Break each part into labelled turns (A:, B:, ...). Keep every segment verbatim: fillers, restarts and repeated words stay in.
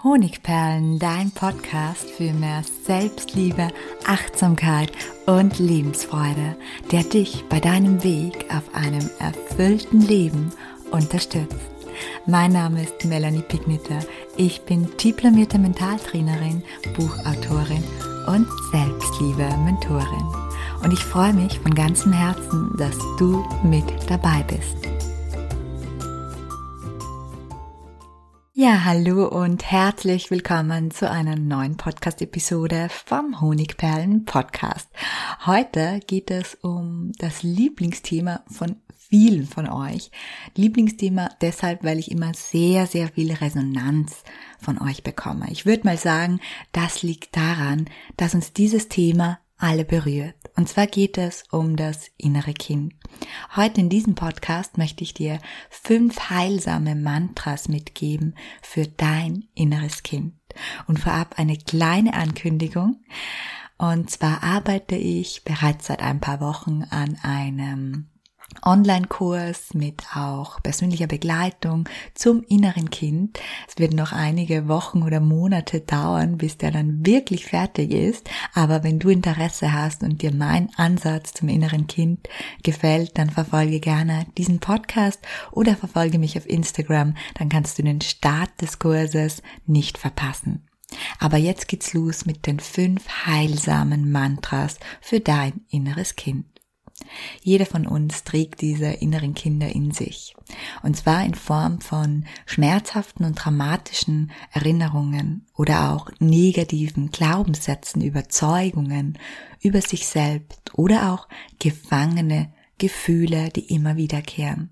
A: Honigperlen, dein Podcast für mehr Selbstliebe, Achtsamkeit und Lebensfreude, der dich bei deinem Weg auf einem erfüllten Leben unterstützt. Mein Name ist Melanie Pigniter. Ich bin diplomierte Mentaltrainerin, Buchautorin und Selbstliebe-Mentorin. Und ich freue mich von ganzem Herzen, dass du mit dabei bist. Ja, hallo und herzlich willkommen zu einer neuen Podcast-Episode vom Honigperlen-Podcast. Heute geht es um das Lieblingsthema von vielen von euch. Lieblingsthema deshalb, weil ich immer sehr, sehr viel Resonanz von euch bekomme. Ich würde mal sagen, das liegt daran, dass uns dieses Thema alle berührt. Und zwar geht es um das innere Kind. Heute in diesem Podcast möchte ich dir fünf heilsame Mantras mitgeben für dein inneres Kind. Und vorab eine kleine Ankündigung. Und zwar arbeite ich bereits seit ein paar Wochen an einem Online-Kurs mit auch persönlicher Begleitung zum inneren Kind. Es wird noch einige Wochen oder Monate dauern, bis der dann wirklich fertig ist. Aber wenn du Interesse hast und dir mein Ansatz zum inneren Kind gefällt, dann verfolge gerne diesen Podcast oder verfolge mich auf Instagram. Dann kannst du den Start des Kurses nicht verpassen. Aber jetzt geht's los mit den fünf heilsamen Mantras für dein inneres Kind. Jeder von uns trägt diese inneren Kinder in sich. Und zwar in Form von schmerzhaften und traumatischen Erinnerungen oder auch negativen Glaubenssätzen, Überzeugungen über sich selbst oder auch gefangene Gefühle, die immer wiederkehren.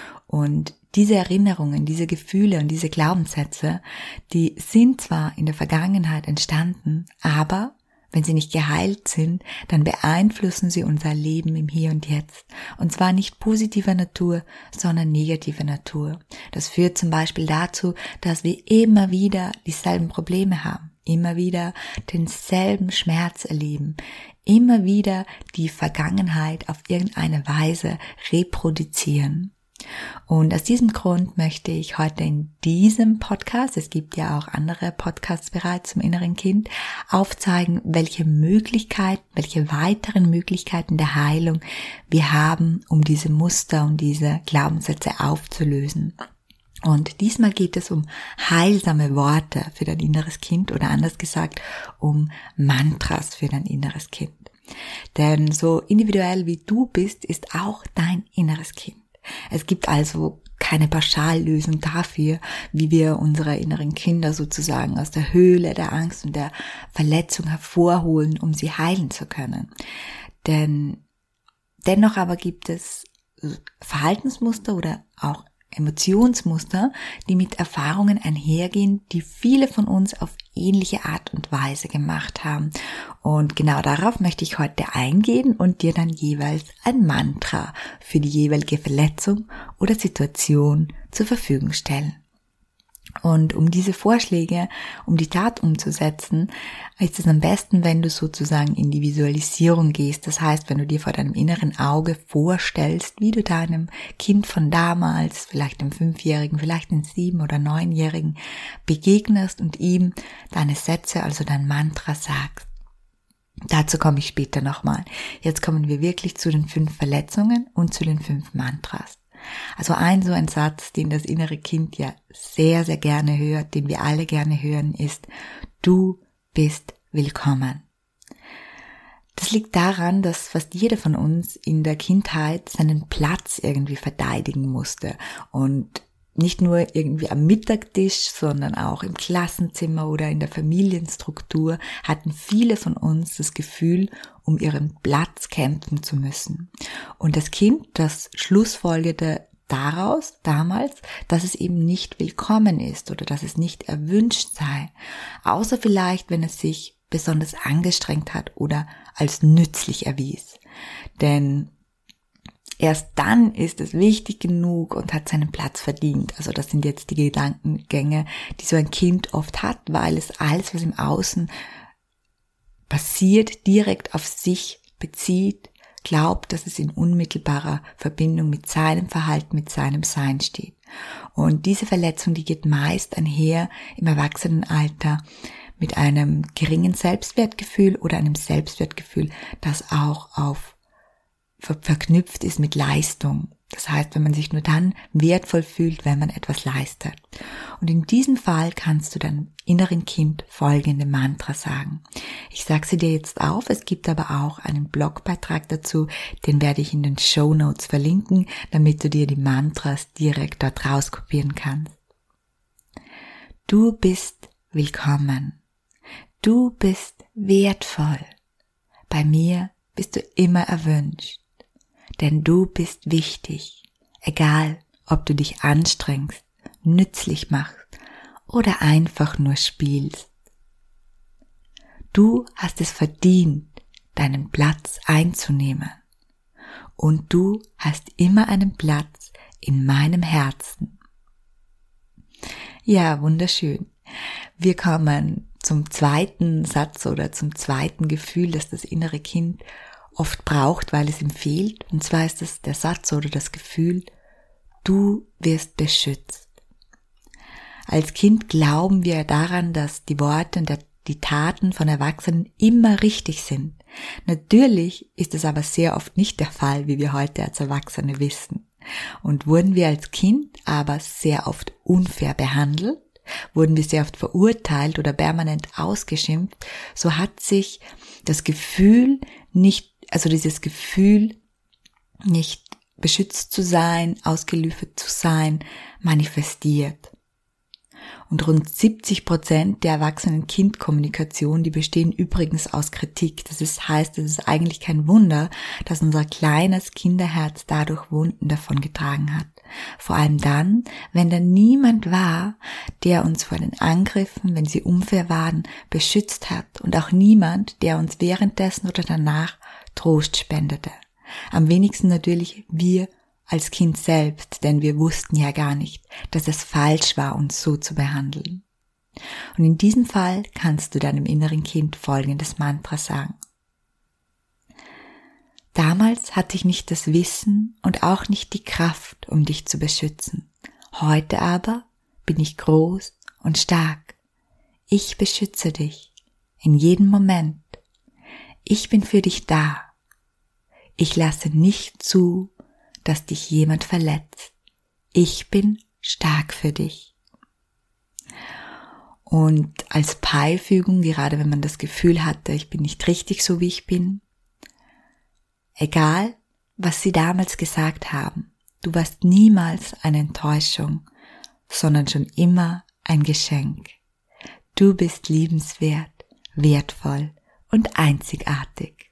A: Und diese Erinnerungen, diese Gefühle und diese Glaubenssätze, die sind zwar in der Vergangenheit entstanden, aber wenn sie nicht geheilt sind, dann beeinflussen sie unser Leben im Hier und Jetzt. Und zwar nicht positiver Natur, sondern negativer Natur. Das führt zum Beispiel dazu, dass wir immer wieder dieselben Probleme haben, immer wieder denselben Schmerz erleben, immer wieder die Vergangenheit auf irgendeine Weise reproduzieren. Und aus diesem Grund möchte ich heute in diesem Podcast, es gibt ja auch andere Podcasts bereits zum inneren Kind, aufzeigen, welche Möglichkeiten, welche weiteren Möglichkeiten der Heilung wir haben, um diese Muster und diese Glaubenssätze aufzulösen. Und diesmal geht es um heilsame Worte für dein inneres Kind oder anders gesagt um Mantras für dein inneres Kind. Denn so individuell wie du bist, ist auch dein inneres Kind. Es gibt also keine Pauschallösung dafür, wie wir unsere inneren Kinder sozusagen aus der Höhle der Angst und der Verletzung hervorholen, um sie heilen zu können. Denn dennoch aber gibt es Verhaltensmuster oder auch Emotionsmuster, die mit Erfahrungen einhergehen, die viele von uns auf ähnliche Art und Weise gemacht haben. Und genau darauf möchte ich heute eingehen und dir dann jeweils ein Mantra für die jeweilige Verletzung oder Situation zur Verfügung stellen. Und um diese Vorschläge, um die Tat umzusetzen, ist es am besten, wenn du sozusagen in die Visualisierung gehst. Das heißt, wenn du dir vor deinem inneren Auge vorstellst, wie du deinem Kind von damals, vielleicht dem Fünfjährigen, vielleicht dem Sieben- oder Neunjährigen begegnest und ihm deine Sätze, also dein Mantra sagst. Dazu komme ich später nochmal. Jetzt kommen wir wirklich zu den fünf Verletzungen und zu den fünf Mantras. Also ein so ein Satz, den das innere Kind ja sehr, sehr gerne hört, den wir alle gerne hören, ist: Du bist willkommen. Das liegt daran, dass fast jeder von uns in der Kindheit seinen Platz irgendwie verteidigen musste und nicht nur irgendwie am Mittagstisch, sondern auch im Klassenzimmer oder in der Familienstruktur hatten viele von uns das Gefühl, um ihren Platz kämpfen zu müssen. Und das Kind, das schlussfolgerte daraus damals, dass es eben nicht willkommen ist oder dass es nicht erwünscht sei, außer vielleicht, wenn es sich besonders angestrengt hat oder als nützlich erwies. Denn erst dann ist es wichtig genug und hat seinen Platz verdient. Also das sind jetzt die Gedankengänge, die so ein Kind oft hat, weil es alles, was im Außen passiert, direkt auf sich bezieht, glaubt, dass es in unmittelbarer Verbindung mit seinem Verhalten, mit seinem Sein steht. Und diese Verletzung, die geht meist einher im Erwachsenenalter mit einem geringen Selbstwertgefühl oder einem Selbstwertgefühl, das auch auf ver- verknüpft ist mit Leistung. Das heißt, wenn man sich nur dann wertvoll fühlt, wenn man etwas leistet. Und in diesem Fall kannst du deinem inneren Kind folgende Mantra sagen. Ich sage sie dir jetzt auf, es gibt aber auch einen Blogbeitrag dazu, den werde ich in den Shownotes verlinken, damit du dir die Mantras direkt dort rauskopieren kannst. Du bist willkommen. Du bist wertvoll. Bei mir bist du immer erwünscht. Denn du bist wichtig, egal ob du dich anstrengst, nützlich machst oder einfach nur spielst. Du hast es verdient, deinen Platz einzunehmen. Und du hast immer einen Platz in meinem Herzen. Ja, wunderschön. Wir kommen zum zweiten Satz oder zum zweiten Gefühl, das das innere Kind oft braucht, weil es ihm fehlt. Und zwar ist es der Satz oder das Gefühl, du wirst beschützt. Als Kind glauben wir daran, dass die Worte und die Taten von Erwachsenen immer richtig sind. Natürlich ist es aber sehr oft nicht der Fall, wie wir heute als Erwachsene wissen. Und wurden wir als Kind aber sehr oft unfair behandelt, wurden wir sehr oft verurteilt oder permanent ausgeschimpft, so hat sich das Gefühl nicht Also dieses Gefühl, nicht beschützt zu sein, ausgeliefert zu sein, manifestiert. Und rund siebzig Prozent der Erwachsenen-Kind-Kommunikation, die bestehen übrigens aus Kritik. Das ist, heißt, es ist eigentlich kein Wunder, dass unser kleines Kinderherz dadurch Wunden davon getragen hat. Vor allem dann, wenn da niemand war, der uns vor den Angriffen, wenn sie unfair waren, beschützt hat und auch niemand, der uns währenddessen oder danach Trost spendete. Am wenigsten natürlich wir als Kind selbst, denn wir wussten ja gar nicht, dass es falsch war, uns so zu behandeln. Und in diesem Fall kannst du deinem inneren Kind folgendes Mantra sagen. Damals hatte ich nicht das Wissen und auch nicht die Kraft, um dich zu beschützen. Heute aber bin ich groß und stark. Ich beschütze dich in jedem Moment. Ich bin für dich da. Ich lasse nicht zu, dass dich jemand verletzt. Ich bin stark für dich. Und als Beifügung, gerade wenn man das Gefühl hatte, ich bin nicht richtig so, wie ich bin, egal, was sie damals gesagt haben, du warst niemals eine Enttäuschung, sondern schon immer ein Geschenk. Du bist liebenswert, wertvoll und einzigartig.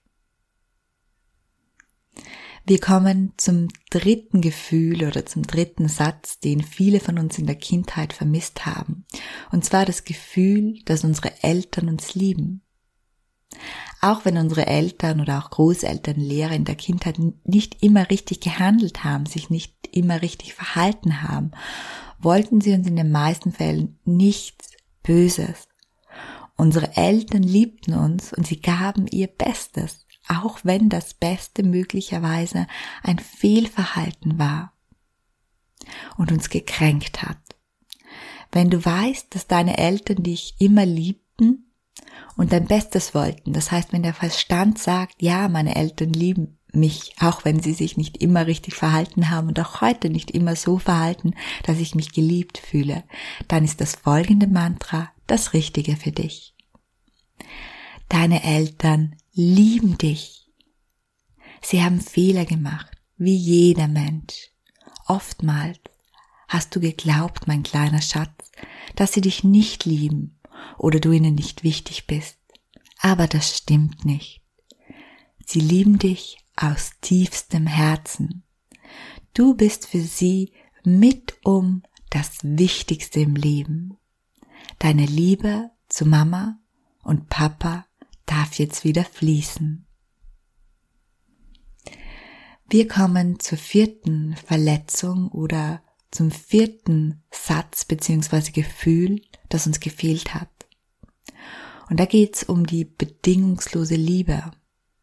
A: Wir kommen zum dritten Gefühl oder zum dritten Satz, den viele von uns in der Kindheit vermisst haben. Und zwar das Gefühl, dass unsere Eltern uns lieben. Auch wenn unsere Eltern oder auch Großeltern, Lehrer in der Kindheit nicht immer richtig gehandelt haben, sich nicht immer richtig verhalten haben, wollten sie uns in den meisten Fällen nichts Böses. Unsere Eltern liebten uns und sie gaben ihr Bestes, auch wenn das Beste möglicherweise ein Fehlverhalten war und uns gekränkt hat. Wenn du weißt, dass deine Eltern dich immer liebten und dein Bestes wollten, das heißt, wenn der Verstand sagt, ja, meine Eltern lieben mich, auch wenn sie sich nicht immer richtig verhalten haben und auch heute nicht immer so verhalten, dass ich mich geliebt fühle, dann ist das folgende Mantra das Richtige für dich. Deine Eltern lieben dich. Sie haben Fehler gemacht, wie jeder Mensch. Oftmals hast du geglaubt, mein kleiner Schatz, dass sie dich nicht lieben oder du ihnen nicht wichtig bist. Aber das stimmt nicht. Sie lieben dich aus tiefstem Herzen. Du bist für sie mitum das Wichtigste im Leben. Deine Liebe zu Mama und Papa darf jetzt wieder fließen. Wir kommen zur vierten Verletzung oder zum vierten Satz bzw. Gefühl, das uns gefehlt hat. Und da geht es um die bedingungslose Liebe.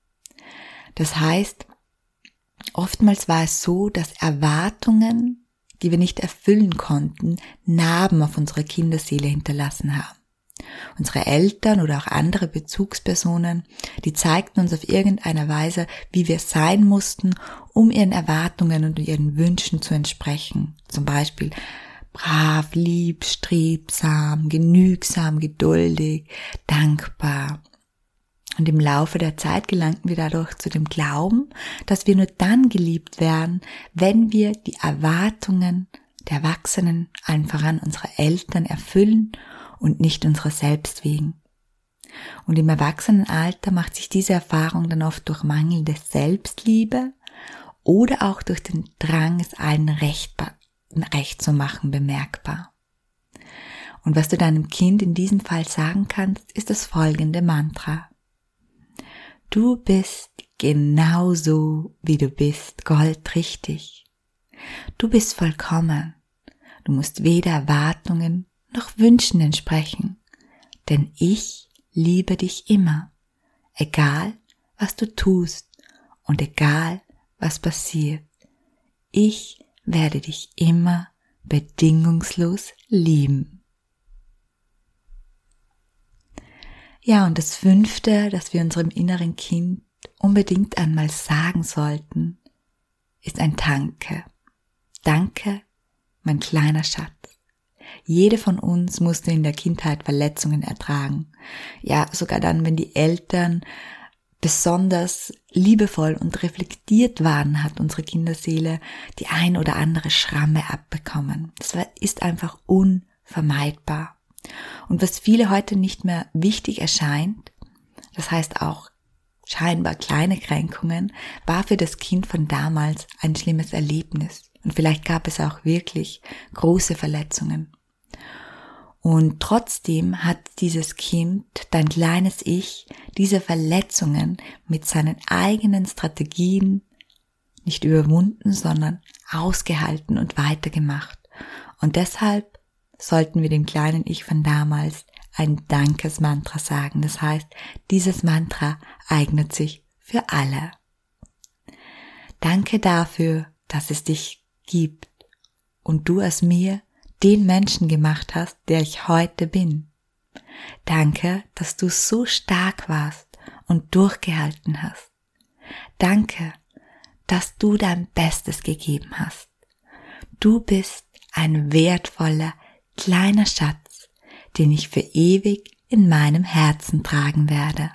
A: Das heißt, oftmals war es so, dass Erwartungen die wir nicht erfüllen konnten, Narben auf unserer Kinderseele hinterlassen haben. Unsere Eltern oder auch andere Bezugspersonen, die zeigten uns auf irgendeine Weise, wie wir sein mussten, um ihren Erwartungen und ihren Wünschen zu entsprechen. Zum Beispiel brav, lieb, strebsam, genügsam, geduldig, dankbar. Und im Laufe der Zeit gelangten wir dadurch zu dem Glauben, dass wir nur dann geliebt werden, wenn wir die Erwartungen der Erwachsenen, allen voran unserer Eltern, erfüllen und nicht unserer selbst wegen. Und im Erwachsenenalter macht sich diese Erfahrung dann oft durch mangelnde Selbstliebe oder auch durch den Drang, es allen recht, recht zu machen, bemerkbar. Und was du deinem Kind in diesem Fall sagen kannst, ist das folgende Mantra. Du bist genauso, wie du bist, goldrichtig. Du bist vollkommen. Du musst weder Erwartungen noch Wünschen entsprechen, denn ich liebe dich immer, egal was du tust und egal was passiert. Ich werde dich immer bedingungslos lieben. Ja, und das Fünfte, das wir unserem inneren Kind unbedingt einmal sagen sollten, ist ein Danke. Danke, mein kleiner Schatz. Jede von uns musste in der Kindheit Verletzungen ertragen. Ja, sogar dann, wenn die Eltern besonders liebevoll und reflektiert waren, hat unsere Kinderseele die ein oder andere Schramme abbekommen. Das ist einfach unvermeidbar. Und was viele heute nicht mehr wichtig erscheint, das heißt auch scheinbar kleine Kränkungen, war für das Kind von damals ein schlimmes Erlebnis. Und vielleicht gab es auch wirklich große Verletzungen. Und trotzdem hat dieses Kind, dein kleines Ich, diese Verletzungen mit seinen eigenen Strategien nicht überwunden, sondern ausgehalten und weitergemacht. Und deshalb sollten wir dem kleinen Ich von damals ein Dankesmantra sagen. Das heißt, dieses Mantra eignet sich für alle. Danke dafür, dass es dich gibt und du aus mir den Menschen gemacht hast, der ich heute bin. Danke, dass du so stark warst und durchgehalten hast. Danke, dass du dein Bestes gegeben hast. Du bist ein wertvoller, kleiner Schatz, den ich für ewig in meinem Herzen tragen werde.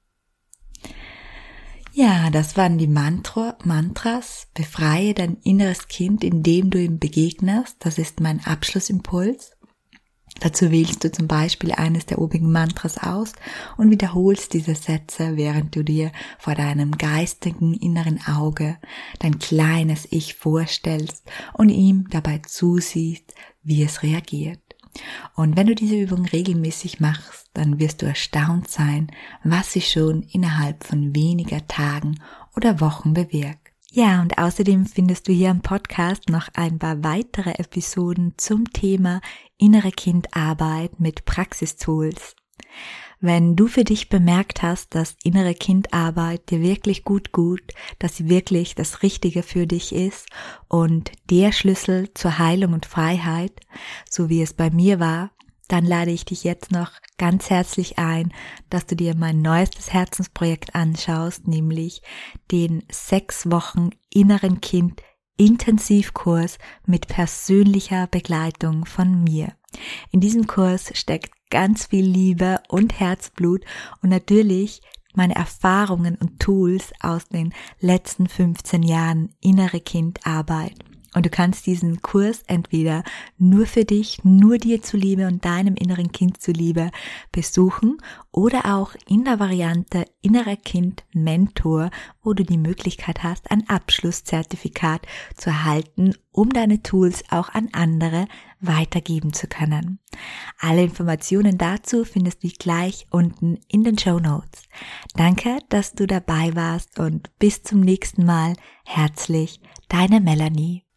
A: Ja, das waren die Mantra, Mantras. Befreie dein inneres Kind, indem du ihm begegnest. Das ist mein Abschlussimpuls. Dazu wählst du zum Beispiel eines der obigen Mantras aus und wiederholst diese Sätze, während du dir vor deinem geistigen inneren Auge dein kleines Ich vorstellst und ihm dabei zusiehst, wie es reagiert. Und wenn du diese Übung regelmäßig machst, dann wirst du erstaunt sein, was sie schon innerhalb von weniger Tagen oder Wochen bewirkt. Ja, und außerdem findest du hier im Podcast noch ein paar weitere Episoden zum Thema innere Kindarbeit mit Praxistools. Wenn du für dich bemerkt hast, dass innere Kindarbeit dir wirklich gut gut, dass sie wirklich das Richtige für dich ist und der Schlüssel zur Heilung und Freiheit, so wie es bei mir war, dann lade ich dich jetzt noch ganz herzlich ein, dass du dir mein neuestes Herzensprojekt anschaust, nämlich den sechs Wochen inneren Kind Intensivkurs mit persönlicher Begleitung von mir. In diesem Kurs steckt ganz viel Liebe und Herzblut und natürlich meine Erfahrungen und Tools aus den letzten fünfzehn Jahren innere Kindarbeit. Und du kannst diesen Kurs entweder nur für dich, nur dir zuliebe und deinem inneren Kind zuliebe besuchen oder auch in der Variante innerer Kind Mentor, wo du die Möglichkeit hast, ein Abschlusszertifikat zu erhalten, um deine Tools auch an andere weitergeben zu können. Alle Informationen dazu findest du gleich unten in den Shownotes. Danke, dass du dabei warst und bis zum nächsten Mal. Herzlich, deine Melanie.